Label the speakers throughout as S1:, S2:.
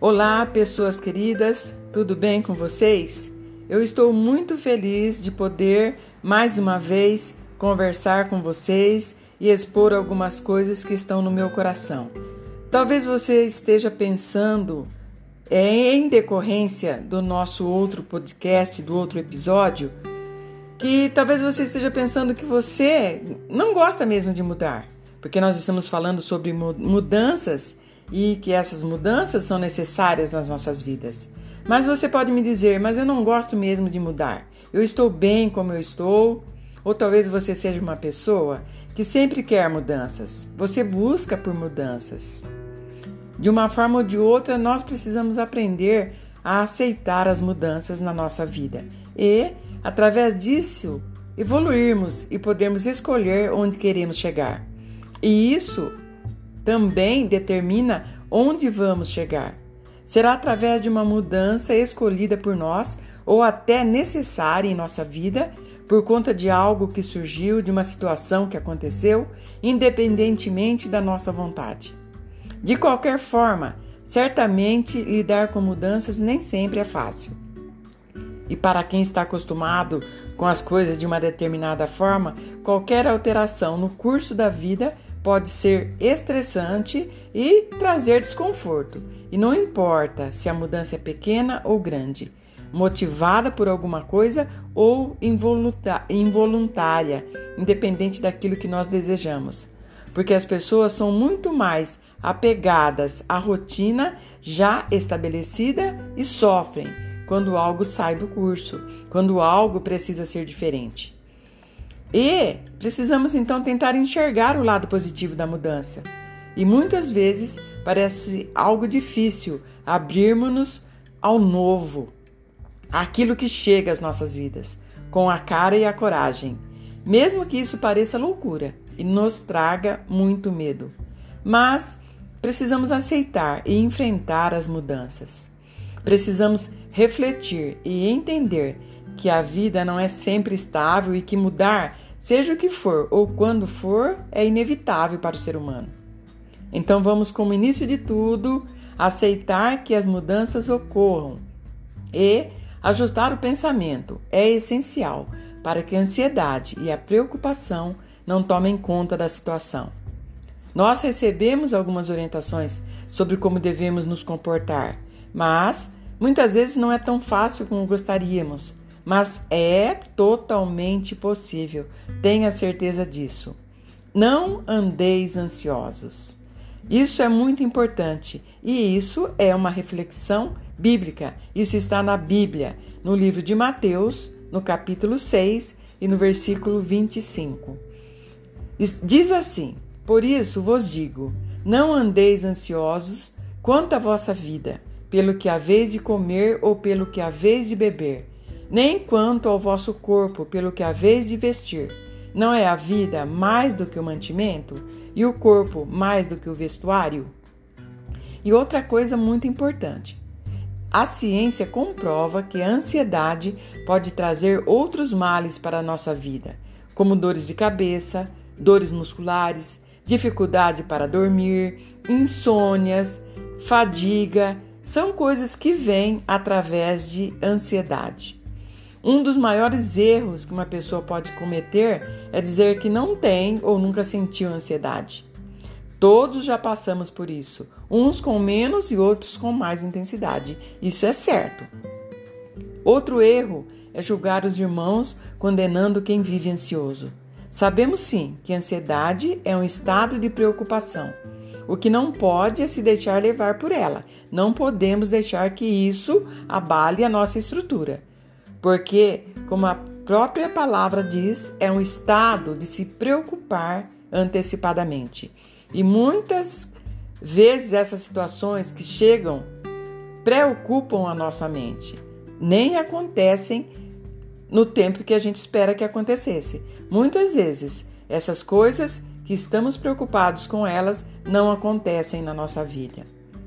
S1: Olá, pessoas queridas, tudo bem com vocês? Eu estou muito feliz de poder, mais uma vez, conversar com vocês e expor algumas coisas que estão no meu coração. Talvez você esteja pensando, em decorrência do nosso outro podcast, do outro episódio, que talvez você esteja pensando que você não gosta mesmo de mudar, porque nós estamos falando sobre mudanças e que essas mudanças são necessárias nas nossas vidas. Mas você pode me dizer, mas eu não gosto mesmo de mudar. Eu estou bem como eu estou. Ou talvez você seja uma pessoa que sempre quer mudanças. Você busca por mudanças. De uma forma ou de outra, nós precisamos aprender a aceitar as mudanças na nossa vida. E, através disso, evoluirmos e podermos escolher onde queremos chegar. E isso também determina onde vamos chegar. Será através de uma mudança escolhida por nós ou até necessária em nossa vida por conta de algo que surgiu, de uma situação que aconteceu, independentemente da nossa vontade. De qualquer forma, certamente lidar com mudanças nem sempre é fácil. E para quem está acostumado com as coisas de uma determinada forma, qualquer alteração no curso da vida pode ser estressante e trazer desconforto. E não importa se a mudança é pequena ou grande, motivada por alguma coisa ou involuntária, independente daquilo que nós desejamos. Porque as pessoas são muito mais apegadas à rotina já estabelecida e sofrem quando algo sai do curso, quando algo precisa ser diferente. E precisamos então tentar enxergar o lado positivo da mudança. E muitas vezes parece algo difícil abrirmos-nos ao novo, aquilo que chega às nossas vidas, com a cara e a coragem, mesmo que isso pareça loucura e nos traga muito medo. Mas precisamos aceitar e enfrentar as mudanças. Precisamos refletir e entender que a vida não é sempre estável e que mudar, seja o que for ou quando for, é inevitável para o ser humano. Então vamos, como início de tudo, aceitar que as mudanças ocorram e ajustar o pensamento é essencial para que a ansiedade e a preocupação não tomem conta da situação. Nós recebemos algumas orientações sobre como devemos nos comportar, mas muitas vezes não é tão fácil como gostaríamos. Mas é totalmente possível, tenha certeza disso. Não andeis ansiosos. Isso é muito importante e isso é uma reflexão bíblica. Isso está na Bíblia, no livro de Mateus, no capítulo 6 e no versículo 25. Diz assim: por isso vos digo, não andeis ansiosos quanto à vossa vida, pelo que haveis de comer ou pelo que haveis de beber, nem quanto ao vosso corpo, pelo que haveis de vestir. Não é a vida mais do que o mantimento, e o corpo mais do que o vestuário? E outra coisa muito importante, a ciência comprova que a ansiedade pode trazer outros males para a nossa vida, como dores de cabeça, dores musculares, dificuldade para dormir, insônias, fadiga, são coisas que vêm através de ansiedade. Um dos maiores erros que uma pessoa pode cometer é dizer que não tem ou nunca sentiu ansiedade. Todos já passamos por isso, uns com menos e outros com mais intensidade. Isso é certo. Outro erro é julgar os irmãos condenando quem vive ansioso. Sabemos sim que a ansiedade é um estado de preocupação. O que não pode é se deixar levar por ela. Não podemos deixar que isso abale a nossa estrutura. Porque, como a própria palavra diz, é um estado de se preocupar antecipadamente. E muitas vezes essas situações que chegam preocupam a nossa mente. Nem acontecem no tempo que a gente espera que acontecesse. Muitas vezes, essas coisas que estamos preocupados com elas não acontecem na nossa vida.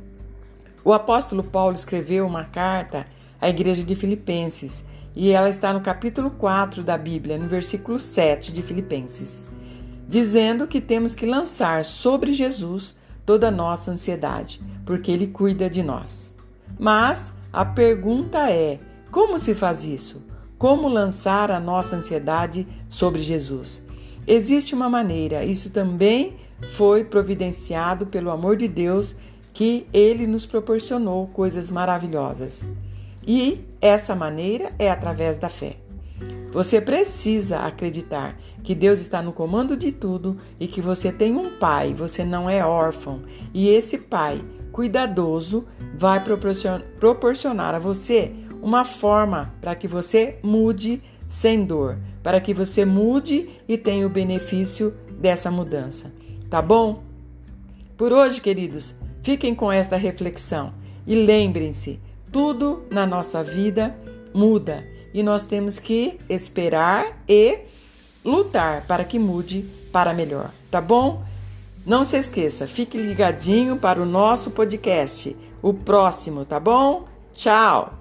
S1: O apóstolo Paulo escreveu uma carta à igreja de Filipenses, e ela está no capítulo 4 da Bíblia, no versículo 7 de Filipenses, dizendo que temos que lançar sobre Jesus toda a nossa ansiedade, porque Ele cuida de nós. Mas a pergunta é: como se faz isso? Como lançar a nossa ansiedade sobre Jesus? Existe uma maneira, isso também foi providenciado pelo amor de Deus, que Ele nos proporcionou coisas maravilhosas. E essa maneira é através da fé. Você precisa acreditar que Deus está no comando de tudo e que você tem um pai, você não é órfão. E esse pai cuidadoso vai proporcionar a você uma forma para que você mude sem dor, para que você mude e tenha o benefício dessa mudança. Tá bom? Por hoje, queridos, fiquem com esta reflexão e lembrem-se, tudo na nossa vida muda e nós temos que esperar e lutar para que mude para melhor, tá bom? Não se esqueça, fique ligadinho para o nosso podcast, o próximo, tá bom? Tchau!